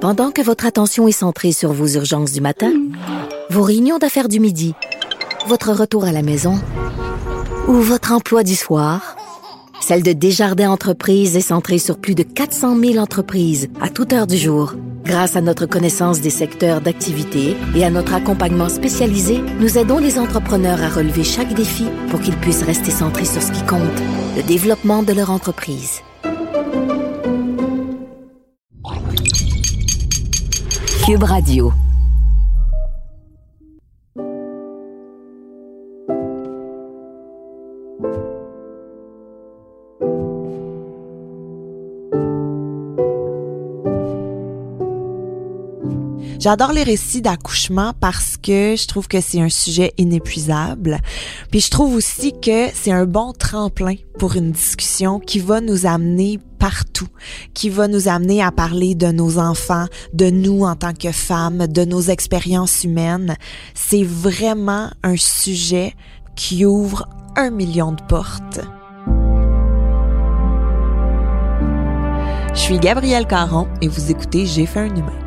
Pendant que votre attention est centrée sur vos urgences du matin, vos réunions d'affaires du midi, votre retour à la maison ou votre emploi du soir, celle de Desjardins Entreprises est centrée sur plus de 400 000 entreprises à toute heure du jour. Grâce à notre connaissance des secteurs d'activité et à notre accompagnement spécialisé, nous aidons les entrepreneurs à relever chaque défi pour qu'ils puissent rester centrés sur ce qui compte, le développement de leur entreprise. Cube Radio. J'adore les récits d'accouchement parce que je trouve que c'est un sujet inépuisable. Puis je trouve aussi que c'est un bon tremplin pour une discussion qui va nous amener partout, qui va nous amener à parler de nos enfants, de nous en tant que femmes, de nos expériences humaines. C'est vraiment un sujet qui ouvre 1 million de portes. Je suis Gabrielle Caron et vous écoutez J'ai fait un humain.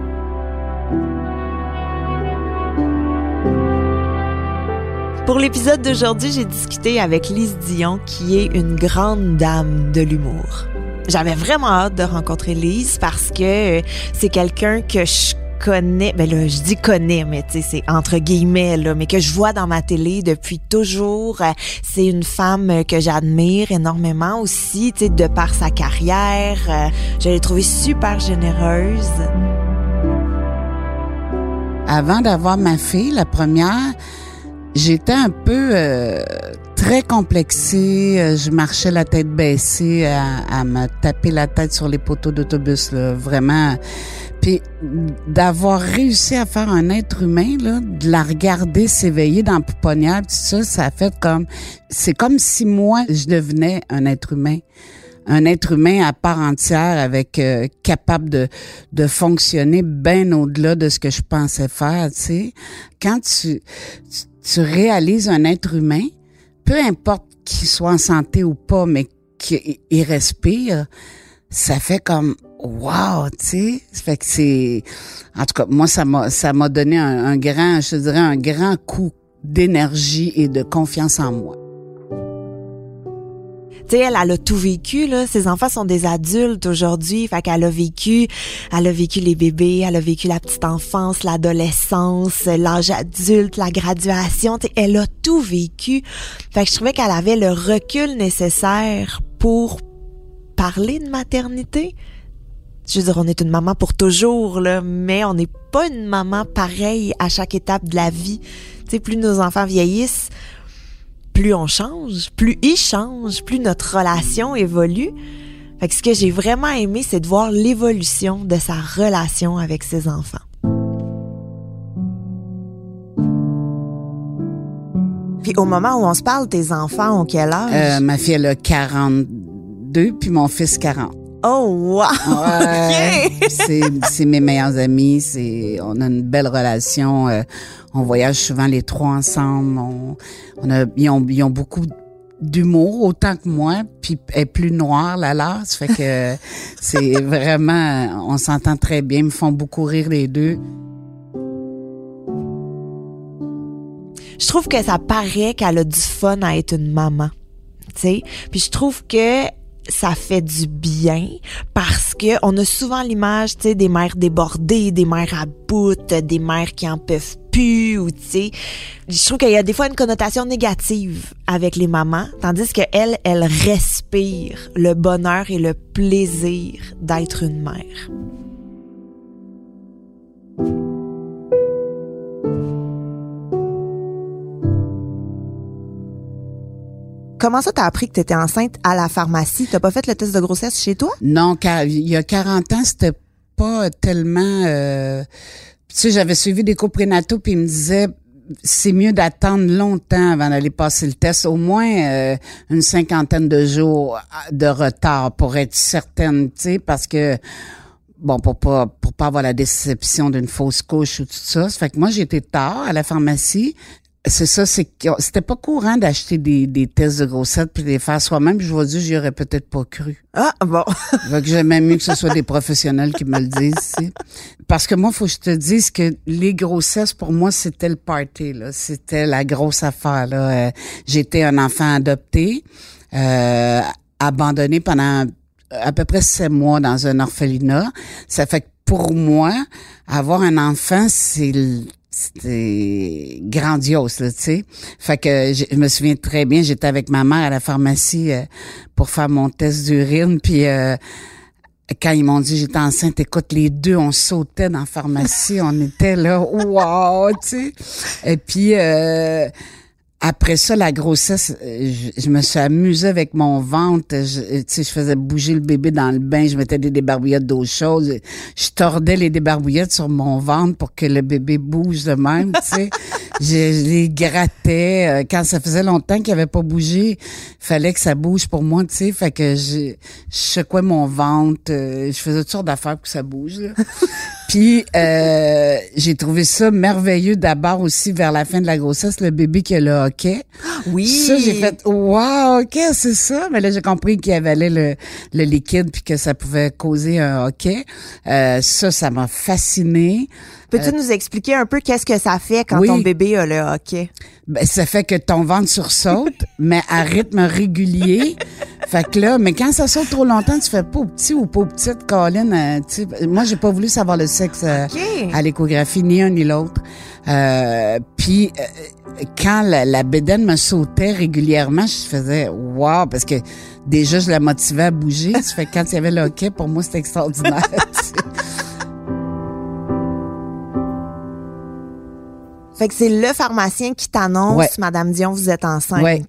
Pour l'épisode d'aujourd'hui, j'ai discuté avec Lise Dion, qui est une grande dame de l'humour. J'avais vraiment hâte de rencontrer Lise parce que c'est quelqu'un que je connais, ben là, je dis connais, mais tu sais, c'est entre guillemets, là, mais que je vois dans ma télé depuis toujours. C'est une femme que j'admire énormément aussi, tu sais, de par sa carrière. Je l'ai trouvée super généreuse. Avant d'avoir ma fille, la première, j'étais un peu très complexée. Je marchais la tête baissée à me taper la tête sur les poteaux d'autobus, là, vraiment. Puis d'avoir réussi à faire un être humain, là, de la regarder s'éveiller dans la pouponnière, tout ça, ça a fait comme... C'est comme si moi, je devenais un être humain. Un être humain à part entière avec capable de fonctionner bien au-delà de ce que je pensais faire, tu sais. Quand tu réalises un être humain, peu importe qu'il soit en santé ou pas, mais qu'il respire, ça fait comme wow, tu sais. Ça fait que c'est, en tout cas, moi ça m'a donné un grand coup d'énergie et de confiance en moi. Tu sais, elle a tout vécu, là. Ses enfants sont des adultes aujourd'hui. Fait qu'elle a vécu les bébés, elle a vécu la petite enfance, l'adolescence, l'âge adulte, la graduation. Tu sais, elle a tout vécu. Fait que je trouvais qu'elle avait le recul nécessaire pour parler de maternité. Je veux dire, on est une maman pour toujours, là, mais on n'est pas une maman pareille à chaque étape de la vie. Tu sais, plus nos enfants vieillissent, plus on change, plus ils changent, plus notre relation évolue. Fait que ce que j'ai vraiment aimé, c'est de voir l'évolution de sa relation avec ses enfants. Puis au moment où on se parle, tes enfants ont quel âge? Ma fille, elle a 42, puis mon fils 40. Oh, wow! Ouais, OK! c'est mes meilleurs amis. On a une belle relation. On voyage souvent les trois ensemble. Ils ont beaucoup d'humour, autant que moi. Puis elle est plus noire, la leur. Ça fait que c'est vraiment... On s'entend très bien. Ils me font beaucoup rire les deux. Je trouve que ça paraît qu'elle a du fun à être une maman. Tu sais? Puis je trouve que ça fait du bien parce que on a souvent l'image, tu sais, des mères débordées, des mères à bout, des mères qui en peuvent plus, ou tu sais, je trouve qu'il y a des fois une connotation négative avec les mamans, tandis que elle respire le bonheur et le plaisir d'être une mère. Comment ça, t'as appris que t'étais enceinte à la pharmacie? T'as pas fait le test de grossesse chez toi? Non, car il y a 40 ans, c'était pas tellement... tu sais, j'avais suivi des cours prénataux, puis ils me disaient c'est mieux d'attendre longtemps avant d'aller passer le test, au moins une 50aine de jours de retard pour être certaine, tu sais, parce que... Bon, pour pas avoir la déception d'une fausse couche ou tout ça. Ça fait que moi, j'étais tard à la pharmacie. C'est ça, c'est que c'était pas courant d'acheter des tests de grossesse puis de les faire soi-même. Je vous dis, j'y aurais peut-être pas cru. Ah, bon. Fait que j'aimais mieux que ce soit des professionnels qui me le disent, tu sais. Parce que moi, faut que je te dise que les grossesses, pour moi, c'était le party, là. C'était la grosse affaire, là. J'étais un enfant adopté, abandonné pendant à peu près 7 mois dans un orphelinat. Ça fait que pour moi, avoir un enfant, c'était grandiose, là, tu sais. Fait que je me souviens très bien, j'étais avec ma mère à la pharmacie pour faire mon test d'urine, puis quand ils m'ont dit j'étais enceinte, écoute, les deux, on sautait dans la pharmacie, on était là, wow, tu sais. Et puis après ça, la grossesse, je me suis amusée avec mon ventre. Tu sais, je faisais bouger le bébé dans le bain, je mettais des débarbouillettes d'eau chaude. Je tordais les débarbouillettes sur mon ventre pour que le bébé bouge de même, tu sais. Je les grattais. Quand ça faisait longtemps qu'il avait pas bougé, fallait que ça bouge pour moi, tu sais. Fait que je secouais mon ventre. Je faisais toutes sortes d'affaires pour que ça bouge, là. Puis j'ai trouvé ça merveilleux d'abord aussi vers la fin de la grossesse, le bébé qui a le hockey. Oui. Ça, j'ai fait wow, OK, c'est ça. Mais là, j'ai compris qu'il avalait le liquide puis que ça pouvait causer un hockey. Ça m'a fascinée. Peux-tu nous expliquer un peu qu'est-ce que ça fait quand ton bébé a le hockey? Ben, ça fait que ton ventre sursaute, mais à rythme régulier. Fait que là, mais quand ça saute trop longtemps, tu fais pas au petit ou pas au petite, Colin. Moi, j'ai pas voulu savoir le sexe à l'échographie, ni un ni l'autre. Puis quand la bédaine me sautait régulièrement, je faisais wow, parce que déjà, je la motivais à bouger. Ça fait que quand il y avait le hockey, pour moi, c'était extraordinaire. Fait que c'est le pharmacien qui t'annonce, Madame Dion, vous êtes enceinte. Ouais.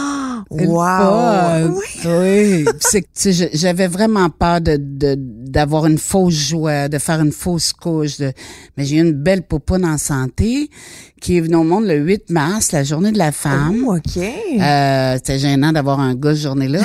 Wow! Oui. C'est que j'avais vraiment peur d'avoir une fausse joie, de faire une fausse couche. Mais j'ai eu une belle popoune en santé qui est venue au monde le 8 mars, la journée de la femme. Oh, OK. C'était gênant d'avoir un gars cette journée-là.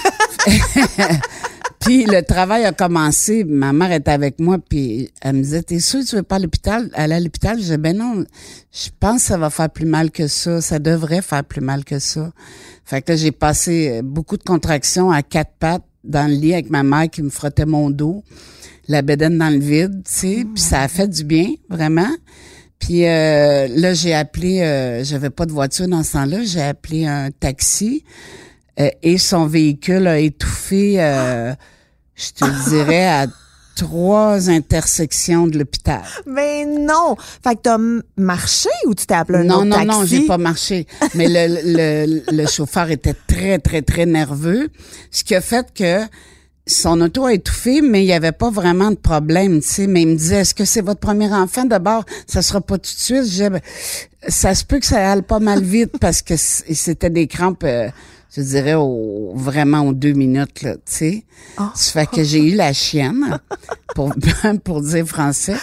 Puis le travail a commencé, ma mère était avec moi, puis elle me disait, t'es sûre que tu veux pas aller à l'hôpital? Je disais, ben non, je pense que ça va faire plus mal que ça devrait faire plus mal que ça. Fait que là, j'ai passé beaucoup de contractions à 4 pattes dans le lit avec ma mère qui me frottait mon dos, la bédaine dans le vide, tu sais, puis ça a fait du bien, vraiment. Puis là, j'ai appelé, j'avais pas de voiture dans ce temps-là, j'ai appelé un taxi et son véhicule a étouffé, je te dirais, à 3 intersections de l'hôpital. Mais non! Fait que t'as marché ou tu t'es appelé un autre taxi? Non, j'ai pas marché. Mais le chauffeur était très, très, très nerveux. Ce qui a fait que son auto a étouffé, mais il y avait pas vraiment de problème, tu sais. Mais il me disait, est-ce que c'est votre premier enfant? D'abord, ça sera pas tout de suite. Je disais, ça se peut que ça aille pas mal vite parce que c'était des crampes, je dirais vraiment aux 2 minutes, là, tu sais. Ça fait que j'ai eu la chienne, pour dire français.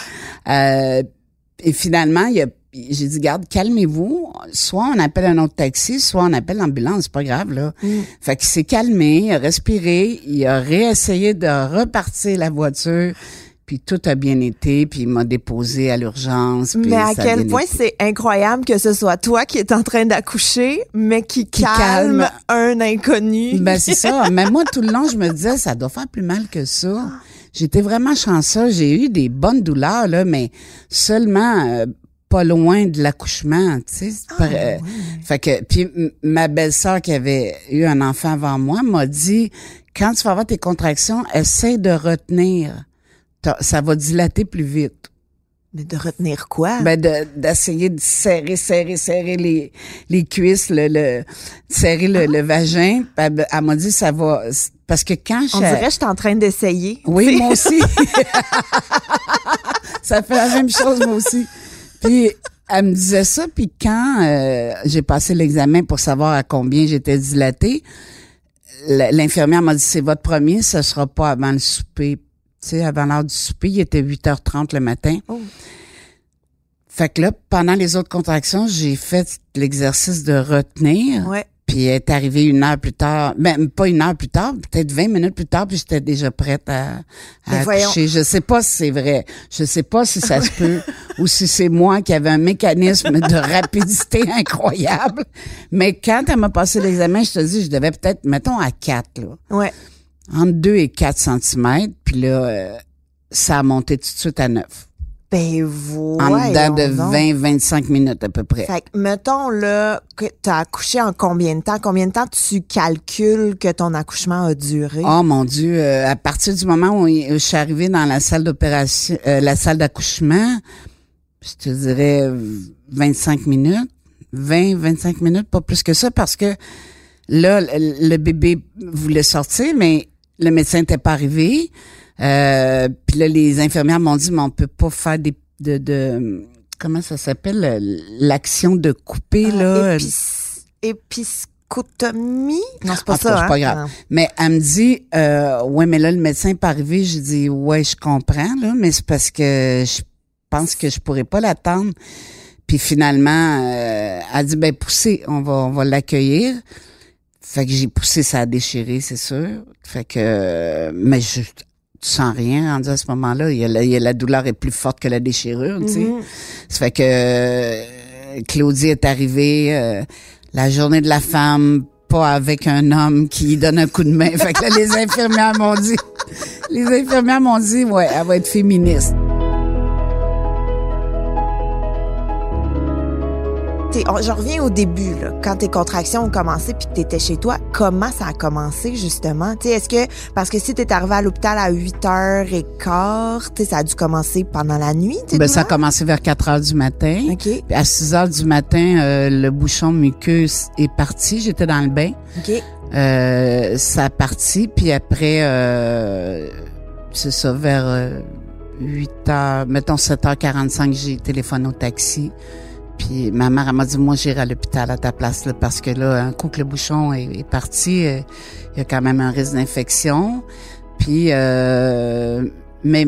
Et finalement, j'ai dit, garde, calmez-vous. Soit on appelle un autre taxi, soit on appelle l'ambulance. C'est pas grave, là. Fait qu'il s'est calmé, il a respiré, il a réessayé de repartir la voiture. Puis tout a bien été, puis il m'a déposé à l'urgence. Mais à quel point c'est incroyable que ce soit toi qui est en train d'accoucher, mais qui calme un inconnu. Ben c'est ça. Mais moi, tout le long, je me disais, ça doit faire plus mal que ça. J'étais vraiment chanceuse. J'ai eu des bonnes douleurs, là, mais seulement pas loin de l'accouchement, tu sais. Fait que, puis ma belle-sœur qui avait eu un enfant avant moi m'a dit, quand tu vas avoir tes contractions, essaie de retenir. Ça va dilater plus vite. Mais de retenir quoi? Ben d'essayer de serrer les cuisses, serrer le vagin. Elle m'a dit ça va parce que quand on dirait que je suis en train d'essayer. Oui, t'sais. moi aussi. Ça fait la même chose moi aussi. Puis elle me disait ça, puis quand j'ai passé l'examen pour savoir à combien j'étais dilatée, l'infirmière m'a dit c'est votre premier, ce sera pas avant le souper. Tu sais, avant l'heure du souper, il était 8h30 le matin. Oh. Fait que là, pendant les autres contractions, j'ai fait l'exercice de retenir. Ouais. Puis elle est arrivée 1 heure plus tard. Ben, pas 1 heure plus tard, peut-être 20 minutes plus tard, puis j'étais déjà prête à accoucher. Je sais pas si c'est vrai. Je sais pas si ça se peut ou si c'est moi qui avais un mécanisme de rapidité incroyable. Mais quand elle m'a passé l'examen, je te dis, je devais peut-être, mettons, à 4, là. Ouais. Entre 2 et 4 centimètres. Puis là, ça a monté tout de suite à 9. Ben, En dedans de 20-25 minutes à peu près. Fait que, mettons, là, que t'as accouché en combien de temps? Combien de temps tu calcules que ton accouchement a duré? Oh mon Dieu, à partir du moment où je suis arrivée dans la salle d'opération, la salle d'accouchement, je te dirais 25 minutes. 20-25 minutes, pas plus que ça, parce que là, le bébé voulait sortir, mais le médecin n'était pas arrivé. Puis là, les infirmières m'ont dit, mais on peut pas faire de comment ça s'appelle, l'action de couper, là. Épiscotomie? Non, c'est pas ça, c'est pas grave. Non. Mais elle me dit, ouais, mais là, le médecin n'est pas arrivé. J'ai dit, ouais, je comprends, là, mais c'est parce que je pense que je pourrais pas l'attendre. Puis finalement, elle dit, ben, poussez, on va l'accueillir. Fait que j'ai poussé, ça a déchiré, c'est sûr. Fait que, mais tu sens rien rendu à ce moment-là. La douleur est plus forte que la déchirure, tu sais. Ça fait que Claudie est arrivée la journée de la femme, pas avec un homme qui donne un coup de main. Fait que là, les infirmières m'ont dit, ouais, elle va être féministe. Je reviens au début, là, quand tes contractions ont commencé puis que t'étais chez toi. Comment ça a commencé, justement? T'sais, est-ce que, parce que si t'es arrivé à l'hôpital à 8h15, ça a dû commencer pendant la nuit, ça a commencé vers 4h du matin. OK. Puis à 6h du matin, le bouchon muqueux est parti. J'étais dans le bain. OK. Ça a parti, puis après, c'est ça, vers 8h, mettons 7h45, j'ai téléphoné au taxi. Puis ma mère, elle m'a dit, moi, j'irai à l'hôpital à ta place, là, parce que là, un coup que le bouchon est parti, il y a quand même un risque d'infection. Puis, mais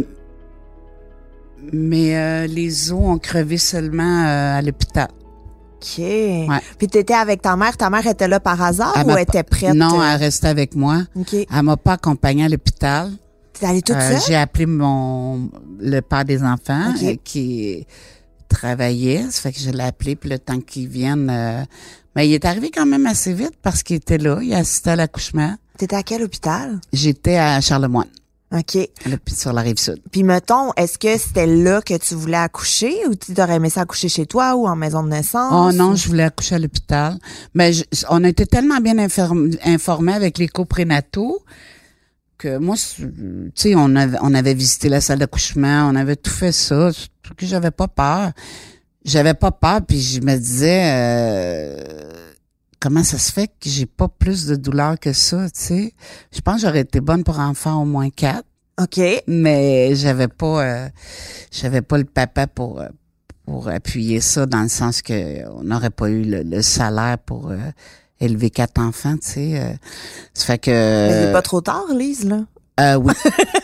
les os ont crevé seulement à l'hôpital. OK. Ouais. Puis t'étais avec ta mère. Ta mère était là par hasard ou elle était prête? Non, elle restait avec moi. OK. Elle m'a pas accompagnée à l'hôpital. T'es allée toute seule? J'ai appelé le père des enfants qui travaillait, ça fait que je l'ai appelé, puis le temps qu'il vienne, mais il est arrivé quand même assez vite parce qu'il était là, il assistait à l'accouchement. T'étais à quel hôpital? J'étais à Charlemagne. OK. Sur la Rive-Sud. Puis mettons, est-ce que c'était là que tu voulais accoucher ou tu aurais aimé ça accoucher chez toi ou en maison de naissance? Oh non, je voulais accoucher à l'hôpital. Mais on a été tellement bien informés avec les coprénataux que moi, tu sais, on avait visité la salle d'accouchement, on avait tout fait ça, que j'avais pas peur. J'avais pas peur, puis je me disais, comment ça se fait que j'ai pas plus de douleur que ça, tu sais? Je pense que j'aurais été bonne pour enfant au moins 4. OK. Mais j'avais pas le papa pour appuyer ça, dans le sens que on n'aurait pas eu le salaire pour élever 4 enfants, tu sais. Ça fait que... Mais il est pas trop tard, Lise, là? Oui.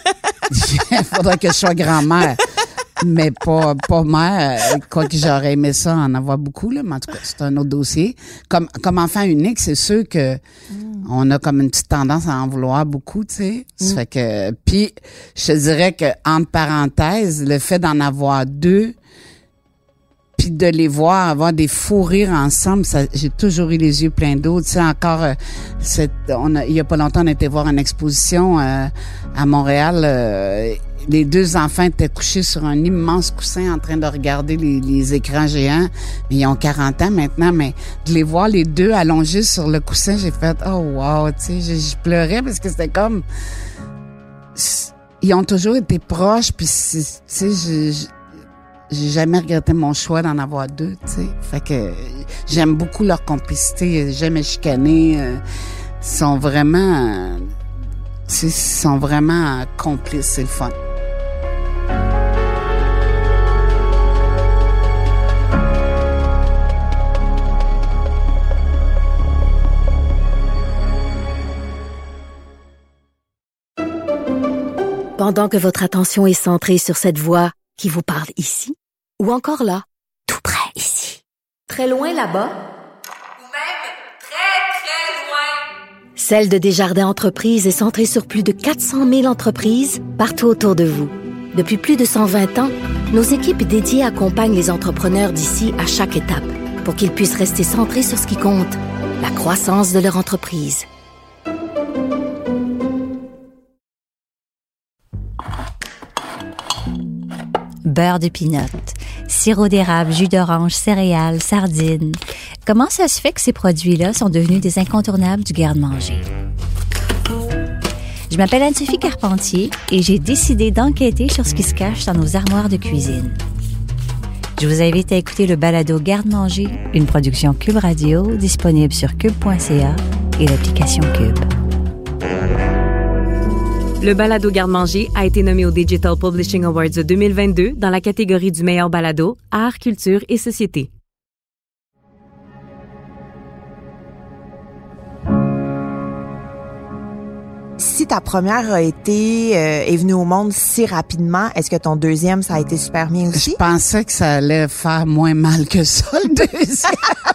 Il faudrait que je sois grand-mère, mais pas mère. Quoique j'aurais aimé ça en avoir beaucoup, là, mais en tout cas, c'est un autre dossier. Comme enfant unique, c'est sûr que on a comme une petite tendance à en vouloir beaucoup, tu sais. Ça fait que... Puis, je te dirais que, entre parenthèses, le fait d'en avoir 2... puis de les voir avoir des fous rires ensemble, j'ai toujours eu les yeux pleins d'eau. Tu sais, encore, il y a pas longtemps, on a été voir une exposition à Montréal. Les 2 enfants étaient couchés sur un immense coussin en train de regarder les écrans géants. Mais ils ont 40 ans maintenant, mais de les voir les 2 allongés sur le coussin, j'ai fait « Oh wow! » Tu sais, je pleurais parce que c'était comme... Ils ont toujours été proches, puis tu sais, j'ai jamais regretté mon choix d'en avoir 2, tu sais. Fait que j'aime beaucoup leur complicité, j'aime les chicaner. Ils sont vraiment complices, c'est le fun. Pendant que votre attention est centrée sur cette voix qui vous parle ici, ou encore là, tout près ici, très loin là-bas, ou même très, très loin. Celle de Desjardins Entreprises est centrée sur plus de 400 000 entreprises partout autour de vous. Depuis plus de 120 ans, Nos équipes dédiées accompagnent les entrepreneurs d'ici à chaque étape pour qu'ils puissent rester centrés sur ce qui compte, la croissance de leur entreprise. Beurre de pinot, sirop d'érable, jus d'orange, céréales, sardines. Comment ça se fait que ces produits-là sont devenus des incontournables du garde-manger? Je m'appelle Anne-Sophie Carpentier et j'ai décidé d'enquêter sur ce qui se cache dans nos armoires de cuisine. Je vous invite à écouter le balado Garde-manger, une production Cube Radio disponible sur cube.ca et l'application Cube. Le balado Garde-manger a été nommé au Digital Publishing Awards 2022 dans la catégorie du meilleur balado, art, culture et société. Si ta première est venue au monde si rapidement, est-ce que ton deuxième, ça a été super bien aussi? Je pensais que ça allait faire moins mal que ça, le deuxième.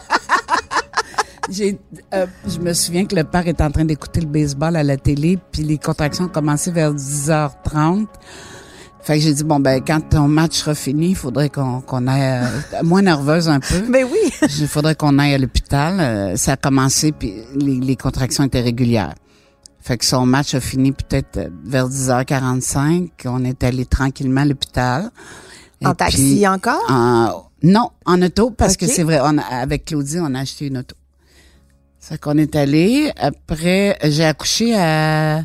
Je me souviens que le père était en train d'écouter le baseball à la télé, puis les contractions ont commencé vers 10h30. Fait que j'ai dit, bon, ben, quand ton match sera fini, il faudrait qu'on aille, moins nerveuse un peu. Ben oui. Il faudrait qu'on aille à l'hôpital. Ça a commencé, puis les contractions étaient régulières. Fait que son match a fini peut-être vers 10h45. On est allé tranquillement à l'hôpital. En taxi encore? Non, en auto, parce que Ok. c'est vrai, avec Claudie, on a acheté une auto. C'est qu'on est allé. Après, j'ai accouché à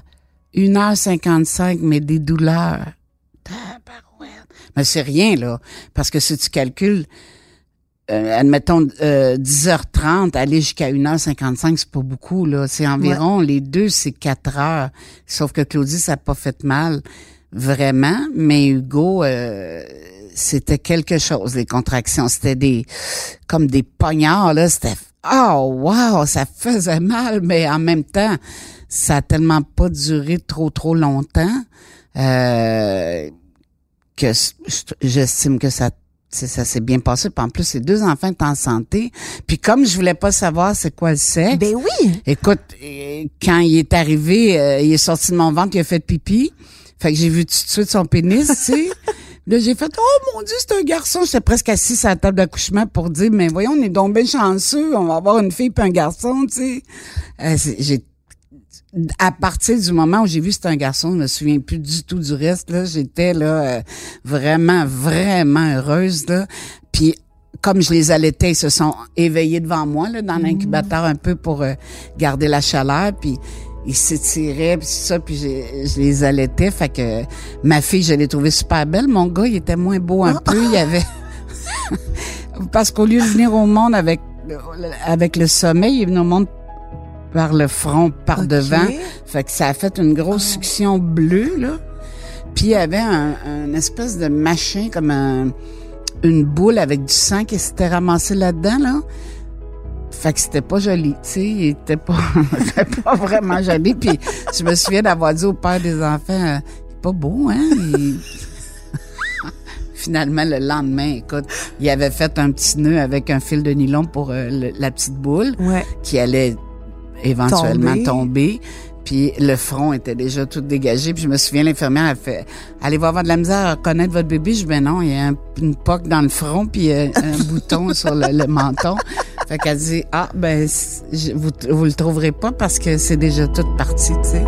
1h55, mais des douleurs. Tabarouette. Mais c'est rien, là. Parce que si tu calcules, admettons, 10h30, aller jusqu'à 1h55, c'est pas beaucoup, là. C'est environ, les deux, c'est 4 heures. Sauf que Claudie, ça n'a pas fait mal, vraiment. Mais Hugo, c'était quelque chose, les contractions. C'était comme des poignards, là. C'était, oh, wow, ça faisait mal, mais en même temps, ça a tellement pas duré trop longtemps, que j'estime que ça s'est bien passé. Puis en plus, ces deux enfants étaient en santé. Puis comme je voulais pas savoir c'est quoi le sexe. Ben oui. Écoute, quand il est arrivé, il est sorti de mon ventre, il a fait pipi. Fait que j'ai vu tout de suite son pénis, tu sais. Là, j'ai fait, oh mon Dieu, c'est un garçon. J'étais presque assise à la table d'accouchement pour dire, mais voyons, on est donc bien chanceux. On va avoir une fille puis un garçon, tu sais. À partir du moment où j'ai vu que c'était un garçon, je me souviens plus du tout du reste, là. J'étais, là, vraiment heureuse, là. Puis, comme je les allaitais, ils se sont éveillés devant moi, là, dans l'incubateur un peu pour garder la chaleur, puis ils s'étiraient, puis ça, puis je les allaitais. Fait que ma fille, je l'ai trouvée super belle. Mon gars, il était moins beau un peu. Il y avait... Parce qu'au lieu de venir au monde avec le sommeil, il est venu au monde par le front, par devant. Fait que ça a fait une grosse succion bleue, là. Puis il y avait un espèce de machin, comme une boule avec du sang qui s'était ramassé là-dedans, là. Fait que c'était pas joli, tu sais, il était pas vraiment joli. Puis je me souviens d'avoir dit au père des enfants, il est pas beau, hein? Finalement, le lendemain, écoute, il avait fait un petit nœud avec un fil de nylon pour la petite boule qui allait éventuellement tomber. Puis le front était déjà tout dégagé. Puis je me souviens, l'infirmière a fait « Allez-vous avoir de la misère à reconnaître votre bébé? » Je dis « Ben non, il y a une poque dans le front puis un bouton sur le menton. » Fait qu'elle dit « Ah, ben vous le trouverez pas parce que c'est déjà tout parti, tu sais. »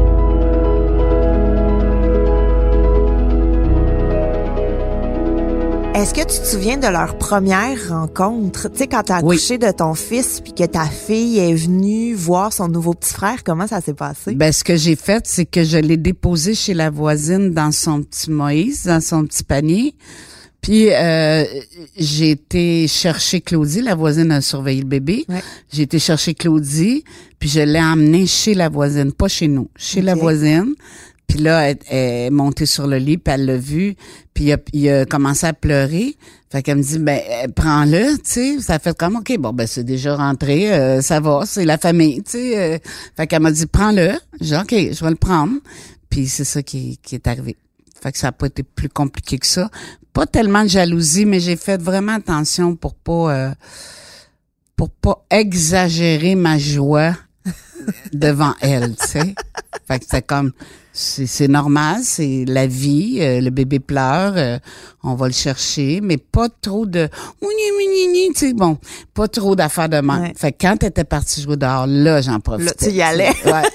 Est-ce que tu te souviens de leur première rencontre? Tu sais, quand t'as accouché de ton fils puis que ta fille est venue voir son nouveau petit frère, comment ça s'est passé? Ben, ce que j'ai fait, c'est que je l'ai déposé chez la voisine dans son petit Moïse, dans son petit panier. Puis, j'ai été chercher Claudie. La voisine a surveillé le bébé. Ouais. J'ai été chercher Claudie, puis je l'ai emmenée chez la voisine, pas chez nous, chez la voisine. Puis là, elle est montée sur le lit, puis elle l'a vu, puis il a commencé à pleurer. Fait qu'elle me dit, ben, prends-le, tu sais. Ça fait comme, OK, bon, ben, c'est déjà rentré, ça va, c'est la famille, tu sais. Fait qu'elle m'a dit, prends-le. J'ai dit, OK, je vais le prendre. Puis c'est ça qui est arrivé. Fait que ça n'a pas été plus compliqué que ça. Pas tellement de jalousie, mais j'ai fait vraiment attention pour pas exagérer ma joie devant elle, tu sais. Fait que c'était comme, C'est normal, c'est la vie. Le bébé pleure, on va le chercher, mais pas trop de tu sais, bon, pas trop d'affaires de même. Ouais. Fait que quand t'étais partie jouer dehors, là, j'en profitais. Là, tu y allais. Ouais.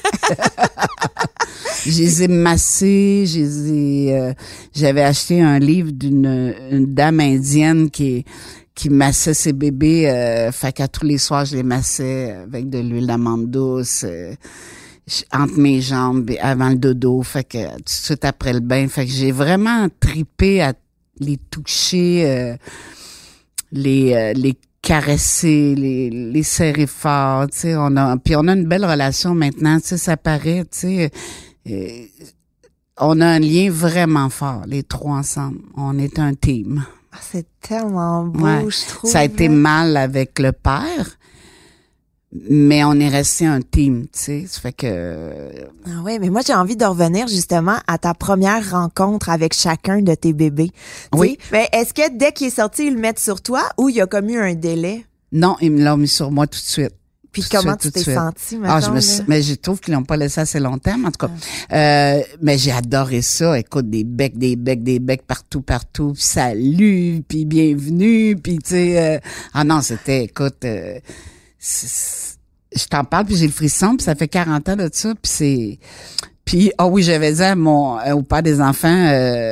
Je les ai massés, j'avais acheté un livre une dame indienne qui massait ses bébés, fait qu'à tous les soirs, je les massais avec de l'huile d'amande douce, entre mes jambes avant le dodo, fait que tout de suite après le bain, fait que j'ai vraiment tripé à les toucher, les caresser, les serrer fort, tu sais, on a une belle relation maintenant, tu sais, ça paraît, tu sais, on a un lien vraiment fort, les trois ensemble, on est un team. Ah, c'est tellement beau, Ouais. je trouve. Ça a été mal avec le père, mais on est resté un team, tu sais. Ça fait que... Ah ouais, mais moi, j'ai envie de revenir justement à ta première rencontre avec chacun de tes bébés. Tu Oui. sais, mais est-ce que dès qu'il est sorti, ils le mettent sur toi ou il y a comme eu un délai? Non, ils me l'ont mis sur moi tout de suite. Puis Tout de comment suite, tu tout de t'es suite. senti maintenant? Mais je trouve qu'ils l'ont pas laissé assez longtemps, mais en tout cas. Mais j'ai adoré ça. Écoute, des becs partout, puis salut, puis bienvenue, puis tu sais. Ah non, c'était, écoute, je t'en parle, puis j'ai le frisson, puis ça fait 40 ans de ça, puis c'est. Puis oui, j'avais dit à au père des enfants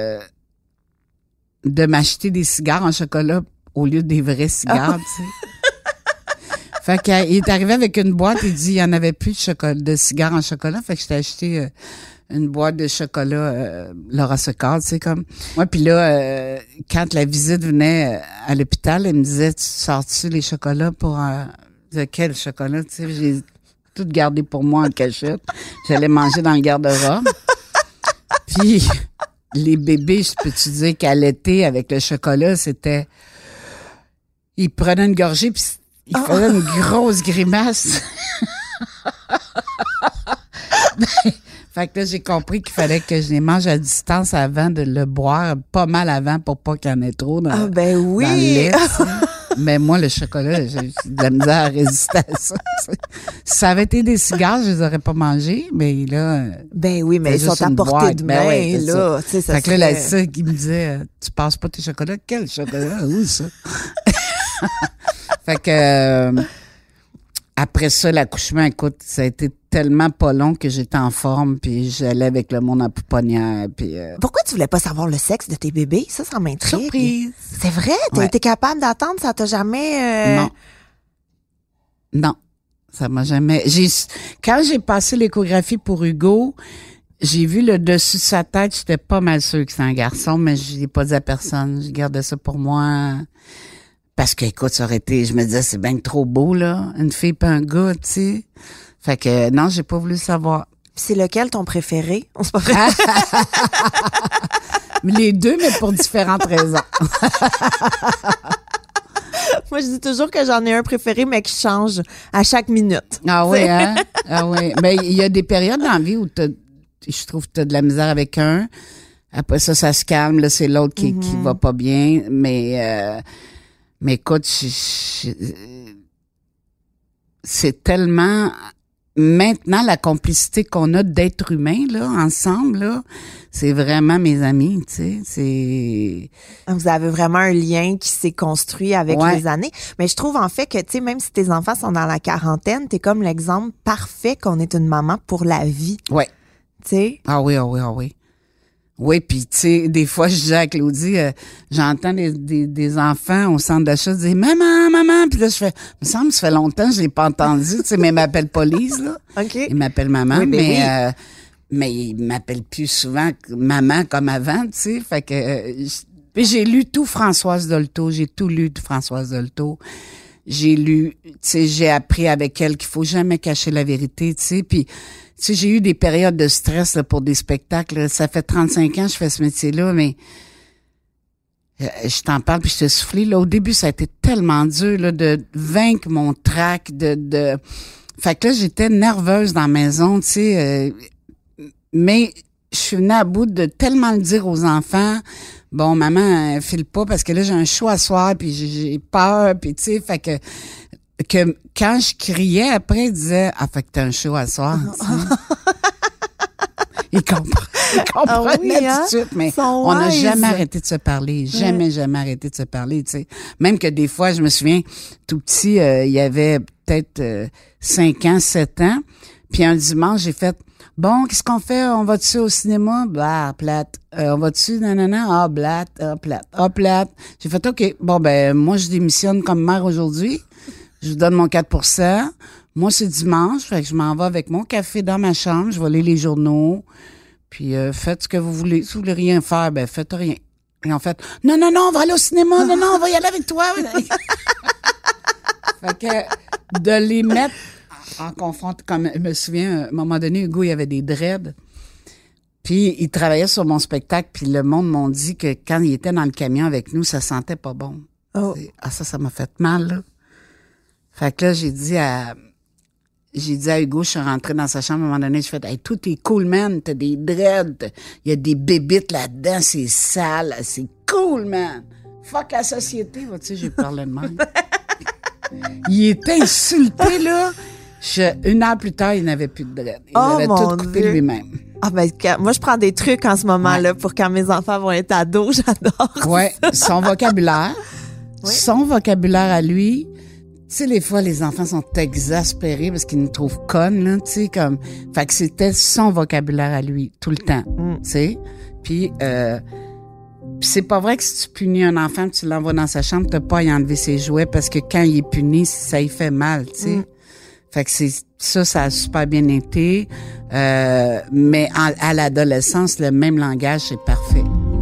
de m'acheter des cigares en chocolat au lieu des vrais cigares, tu sais. Fait qu'il est arrivé avec une boîte, il dit il y en avait plus de cigares en chocolat, fait que je t'ai acheté une boîte de chocolat Laura Secard, tu sais comme. Moi puis là quand la visite venait à l'hôpital, elle me disait tu sors-tu les chocolats pour de quel chocolat, tu sais, j'ai tout gardé pour moi en cachette. J'allais manger dans le garde-robe. Puis les bébés, je peux te dire qu'à l'été avec le chocolat, c'était ils prenaient une gorgée puis il faisait une grosse grimace. Fait que là, j'ai compris qu'il fallait que je les mange à distance avant de le boire, pas mal avant pour pas qu'il y en ait trop dans, Ah ben oui! dans le lait. Mais moi, le chocolat, j'ai de la misère à résister à ça. Si ça avait été des cigares, je les aurais pas mangés, mais là... Ben oui, mais ils c'est sont juste à une portée boîte. de Ben main, ouais, c'est là. Tu sais, ça fait que là, la serait- sœur qui me disait, tu passes pas tes chocolats? Quel chocolat? Où ça? Fait que après ça, l'accouchement, écoute, ça a été tellement pas long que j'étais en forme, puis j'allais avec le monde en pouponnière, puis Pourquoi tu voulais pas savoir le sexe de tes bébés? Ça m'intrigue. surprise. C'est vrai? T'as Ouais. été capable d'attendre? Ça t'a jamais... Non, ça m'a jamais. Quand j'ai passé l'échographie pour Hugo, j'ai vu le dessus de sa tête, j'étais pas mal sûre que c'était un garçon, mais je l'ai pas dit à personne. Je gardais ça pour moi. Parce que, écoute, ça aurait été, je me disais, c'est bien trop beau, là. Une fille pas un gars, tu sais. Fait que, non, j'ai pas voulu savoir. C'est lequel ton préféré? C'est pas vrai? Les deux, mais pour différentes raisons. Moi, je dis toujours que j'en ai un préféré, mais qui change à chaque minute. Ah oui, hein? Ah oui. Mais il y a des périodes dans la vie où je trouve que t'as de la misère avec un. Après ça se calme. Là, c'est l'autre qui va pas bien. Mais écoute, c'est tellement... Maintenant, la complicité qu'on a d'êtres humains, là, ensemble, là, c'est vraiment mes amis, tu sais, Vous avez vraiment un lien qui s'est construit avec Ouais. les années. Mais je trouve en fait que, tu sais, même si tes enfants sont dans la quarantaine, t'es comme l'exemple parfait qu'on est une maman pour la vie, ouais. tu sais. Ah oui, ah oui, ah oui. Oui, puis tu sais, des fois, je disais à Claudie, j'entends des enfants au centre d'achat dire « Maman! » Puis là, je fais « Il me semble que ça fait longtemps que je l'ai pas entendu. » Tu sais, mais ils m'appellent pas Lise, là. OK. Ils m'appellent maman, Oui, mais mais ils m'appellent plus souvent maman comme avant, tu sais. Fait que puis j'ai lu tout Françoise Dolto, j'ai tout lu de Françoise Dolto. J'ai lu, tu sais, j'ai appris avec elle qu'il faut jamais cacher la vérité, tu sais. Puis tu sais, j'ai eu des périodes de stress là, pour des spectacles. Ça fait 35 ans que je fais ce métier-là, mais je t'en parle puis je te souffle. Là, au début, ça a été tellement dur là, de vaincre mon trac, de... Fait que là, j'étais nerveuse dans la maison, tu sais. Mais je suis venue à bout de tellement le dire aux enfants. Bon, maman, elle file pas parce que là, j'ai un show à soir, puis j'ai peur, puis tu sais, fait que quand je criais, après, ils disaient « Ah, fait que t'as un show à soir. » Il comprenait oui, tout de suite, mais on n'a jamais arrêté de se parler. Jamais arrêté de se parler, tu sais. Même que des fois, je me souviens, tout petit, il y avait peut-être 5 ans, 7 ans. Puis un dimanche, j'ai fait, bon, qu'est-ce qu'on fait? On va-tu au cinéma? Bah, plate. On va-tu? Nanana? Ah, plate. Ah, plate. Ah, plate. J'ai fait, OK. Bon, ben, moi, je démissionne comme mère aujourd'hui. Je vous donne mon 4%. Moi, c'est dimanche. Fait que je m'en vais avec mon café dans ma chambre. Je vais lire les journaux. Puis, faites ce que vous voulez. Si vous voulez rien faire, ben, faites rien. Et en fait, non, on va aller au cinéma. Non, on va y aller avec toi. Fait que, de les mettre en confronte, comme je me souviens, à un moment donné, Hugo, il avait des dreads. Puis, il travaillait sur mon spectacle, puis le monde m'ont dit que quand il était dans le camion avec nous, ça sentait pas bon. Oh. Ah, ça m'a fait mal, là. Fait que là, j'ai dit à Hugo, je suis rentrée dans sa chambre, à un moment donné, j'ai fait, hey, tout est cool, man, t'as des dreads, il y a des bébites là-dedans, c'est sale, c'est cool, man. Fuck la société, tu sais, j'ai parlé de même. Il était insulté, là. 1 heure plus tard, il n'avait plus de dread. Il avait tout coupé Dieu. lui-même. Ah ben, moi, je prends des trucs en ce moment-là pour quand mes enfants vont être ados. J'adore. Ouais, son vocabulaire à lui. Tu sais, les fois, les enfants sont exaspérés parce qu'ils nous trouvent connes, là, tu sais, comme... Fait que c'était son vocabulaire à lui, tout le temps, tu sais. Puis, c'est pas vrai que si tu punis un enfant, tu l'envoies dans sa chambre, t'as pas à y enlever ses jouets parce que quand il est puni, ça y fait mal, tu sais. Fait que ça a super bien été. Mais à l'adolescence, le même langage, c'est parfait.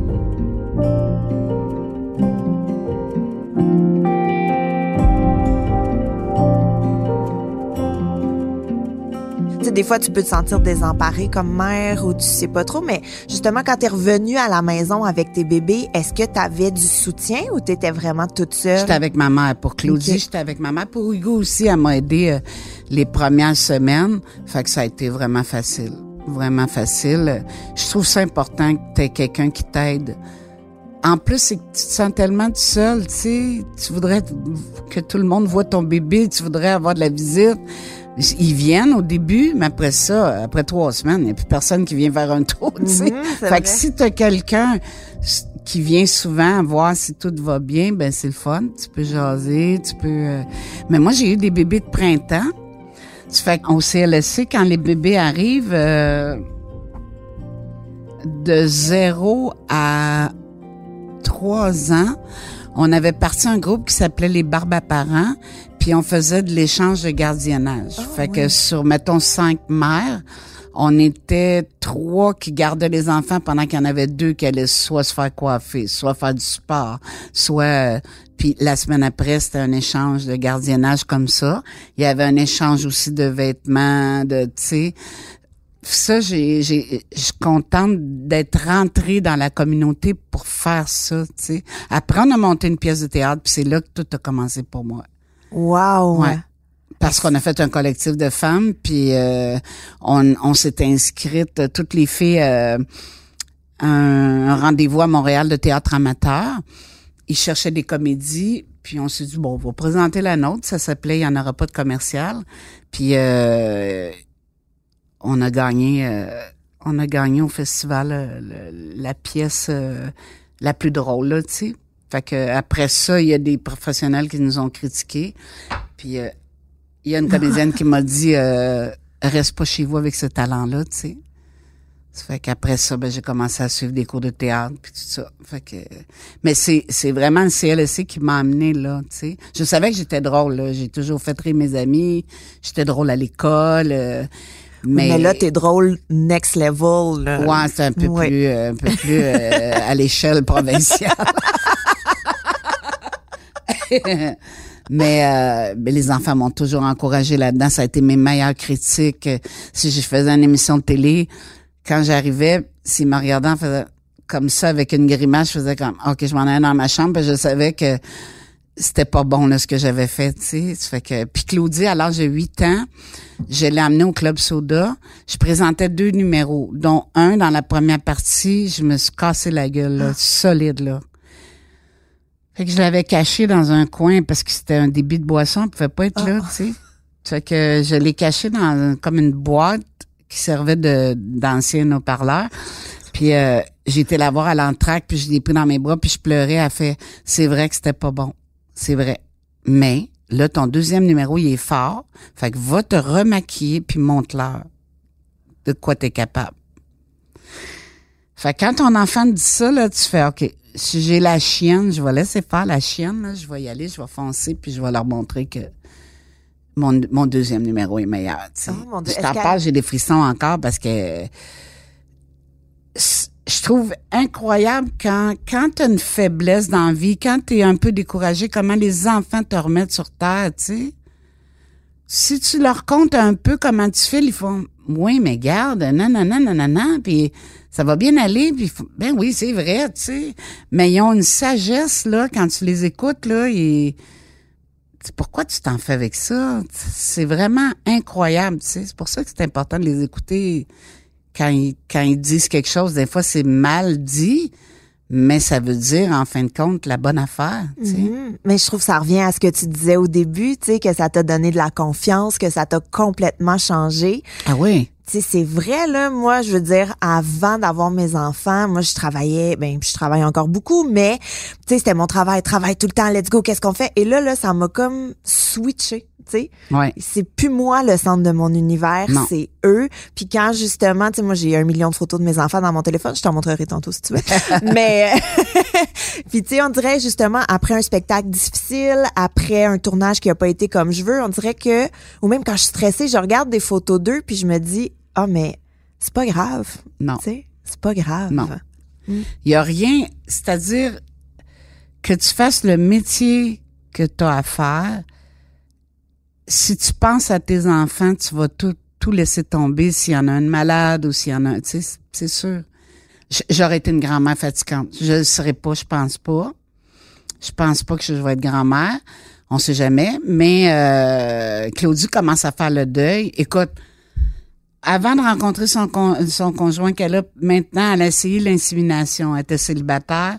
Tu sais, des fois, tu peux te sentir désemparée comme mère ou tu sais pas trop, mais justement, quand t'es revenue à la maison avec tes bébés, est-ce que t'avais du soutien ou t'étais vraiment toute seule? J'étais avec ma mère. Pour Claudie, okay. J'étais avec ma mère. Pour Hugo aussi, elle m'a aidé les premières semaines. Fait que ça a été vraiment facile. Vraiment facile. Je trouve ça important que t'aies quelqu'un qui t'aide. En plus, c'est que tu te sens tellement tout seul, tu sais. Tu voudrais que tout le monde voit ton bébé, tu voudrais avoir de la visite. Ils viennent au début, mais après ça, après 3 semaines, il n'y a plus personne qui vient faire un tour, tu sais. Fait que si t'as quelqu'un qui vient souvent voir si tout va bien, ben c'est le fun. Tu peux jaser, tu peux... Mais moi, j'ai eu des bébés de printemps. Fait qu'au CLSC, quand les bébés arrivent, de 0 à 3 ans, on avait parti un groupe qui s'appelait les Barbes à parents, puis on faisait de l'échange de gardiennage. Fait que sur, mettons, 5 mères, on était 3 qui gardaient les enfants pendant qu'il y en avait 2 qui allaient soit se faire coiffer, soit faire du sport, soit... puis la semaine après, c'était un échange de gardiennage comme ça. Il y avait un échange aussi de vêtements, tu sais... Ça, je suis contente d'être rentrée dans la communauté pour faire ça, tu sais. Apprendre à monter une pièce de théâtre, puis c'est là que tout a commencé pour moi. Wow! Ouais. Parce qu'on a fait un collectif de femmes, puis on s'est inscrites, toutes les filles, un rendez-vous à Montréal de théâtre amateur. Ils cherchaient des comédies, puis on s'est dit, bon, on va présenter la nôtre. Ça s'appelait « Il n'y en aura pas de commercial ». Puis... on a gagné au festival la pièce la plus drôle, là, tu sais. Fait que après ça, il y a des professionnels qui nous ont critiqués. Puis il y a une comédienne qui m'a dit reste pas chez vous avec ce talent-là, tu sais. Ça fait qu'après ça, ben j'ai commencé à suivre des cours de théâtre puis tout ça. Fait que mais c'est vraiment le CLSC qui m'a amené là, tu sais. Je savais que j'étais drôle là, j'ai toujours fait rire mes amis, j'étais drôle à l'école. Mais là, t'es drôle next level. Là. Ouais, c'est un peu plus à l'échelle provinciale. Mais les enfants m'ont toujours encouragé là-dedans. Ça a été mes meilleures critiques. Si je faisais une émission de télé, quand j'arrivais, s'ils me regardaient en faisant comme ça avec une grimace, je faisais comme OK, je m'en allais dans ma chambre, puis je savais que c'était pas bon là ce que j'avais fait, tu sais. Ça fait que puis Claudie, à l'âge de 8 ans, je l'ai amenée au Club Soda. Je présentais 2 numéros, dont un dans la première partie, je me suis cassé la gueule là, solide là. Fait que je l'avais caché dans un coin parce que c'était un débit de boisson, elle pouvait pas être là, tu sais. Fait que je l'ai caché dans comme une boîte qui servait d'ancien haut-parleur. Puis j'ai été la voir à l'entracte, puis je l'ai pris dans mes bras, puis je pleurais. Elle fait, c'est vrai que c'était pas bon. C'est vrai. Mais là, ton deuxième numéro, il est fort. Fait que va te remaquiller, puis montre-leur de quoi t'es capable. Fait que quand ton enfant te dit ça, là, tu fais, OK, si j'ai la chienne, je vais laisser faire la chienne, là, je vais y aller, je vais foncer, puis je vais leur montrer que mon deuxième numéro est meilleur. Tu sais. Oh, mon Dieu. Je t'en parle, j'ai des frissons encore parce que je trouve incroyable quand t'as une faiblesse dans la vie, quand t'es un peu découragé, comment les enfants te remettent sur terre, tu sais. Si tu leur comptes un peu comment tu fais, ils font, oui, mais garde, nanana, puis ça va bien aller, puis ben oui, c'est vrai, tu sais. Mais ils ont une sagesse, là, quand tu les écoutes, là, et pourquoi tu t'en fais avec ça? C'est vraiment incroyable, tu sais. C'est pour ça que c'est important de les écouter quand ils disent quelque chose. Des fois, c'est mal dit, mais ça veut dire, en fin de compte, la bonne affaire, tu sais. Mais je trouve que ça revient à ce que tu disais au début, tu sais, que ça t'a donné de la confiance, que ça t'a complètement changé. Ah oui? Tu sais, c'est vrai, là, moi, je veux dire, avant d'avoir mes enfants, moi, je travaillais, je travaille encore beaucoup, mais, tu sais, c'était mon travail tout le temps, let's go, qu'est-ce qu'on fait? Et là, ça m'a comme switché, tu sais. Ouais. C'est plus moi le centre de mon univers, non. C'est eux. Puis quand, justement, tu sais, moi, j'ai 1 million de photos de mes enfants dans mon téléphone, je t'en montrerai tantôt si tu veux. Mais, puis tu sais, on dirait, justement, après un spectacle difficile, après un tournage qui a pas été comme je veux, on dirait que, ou même quand je suis stressée, je regarde des photos d'eux, puis je me dis, mais c'est pas grave. Non. Tu sais, c'est pas grave. Non. Il y a rien, c'est-à-dire que tu fasses le métier que tu as à faire. Si tu penses à tes enfants, tu vas tout laisser tomber s'il y en a une malade ou s'il y en a un, tu sais, c'est sûr. J'aurais été une grand-mère fatigante. Je le serais pas, je pense pas. Je pense pas que je vais être grand-mère. On sait jamais. Mais Claudie commence à faire le deuil. Écoute, avant de rencontrer son conjoint qu'elle a, maintenant, elle a essayé l'insémination. Elle était célibataire.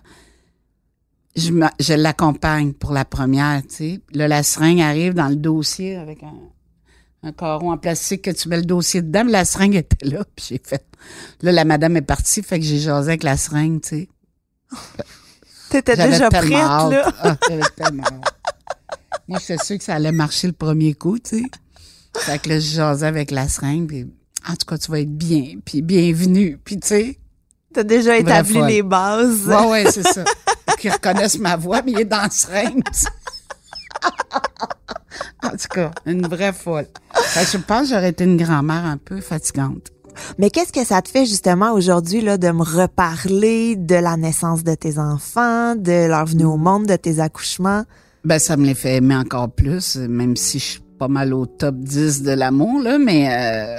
Je l'accompagne pour la première, tu sais. Là, la seringue arrive dans le dossier avec un carreau en plastique que tu mets le dossier dedans. Mais la seringue était là, puis j'ai fait... Là, la madame est partie, fait que j'ai jasé avec la seringue, tu sais. T'étais déjà prête, là. J'avais tellement hâte. Moi, j'étais sûre que ça allait marcher le premier coup, tu sais. Fait que là, je jasais avec la seringue, puis en tout cas, tu vas être bien, puis bienvenue, puis tu sais. T'as déjà établi les bases. Ouais, c'est ça. Qu'ils reconnaissent ma voix, mais il est dans la seringue. En tout cas, une vraie folle. Fait que je pense que j'aurais été une grand-mère un peu fatigante. Mais qu'est-ce que ça te fait justement aujourd'hui là de me reparler de la naissance de tes enfants, de leur venue au monde, de tes accouchements? Ben ça me les fait aimer encore plus, même si je suis pas mal au top 10 de l'amour, là, mais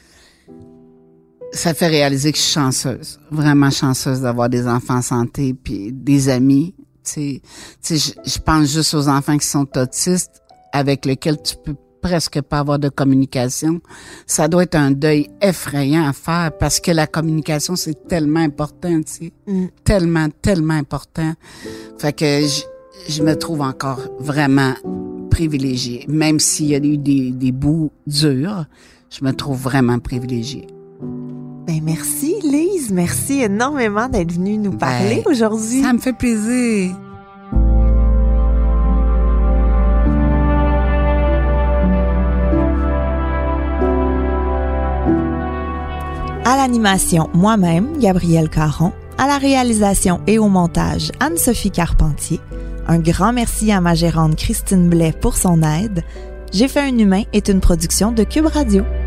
ça fait réaliser que je suis chanceuse, vraiment chanceuse d'avoir des enfants en santé puis des amis. Tu sais, je pense juste aux enfants qui sont autistes avec lesquels tu peux presque pas avoir de communication. Ça doit être un deuil effrayant à faire parce que la communication, c'est tellement important, tu sais. Tellement, tellement important. Fait que je me trouve encore vraiment privilégiée. Même s'il y a eu des bouts durs, je me trouve vraiment privilégiée. Ben merci Lise, merci énormément d'être venue nous parler aujourd'hui. Ça me fait plaisir. À l'animation, moi-même, Gabrielle Caron. À la réalisation et au montage, Anne-Sophie Carpentier. Un grand merci à ma gérante Christine Blais pour son aide. J'ai fait un humain est une production de Cube Radio.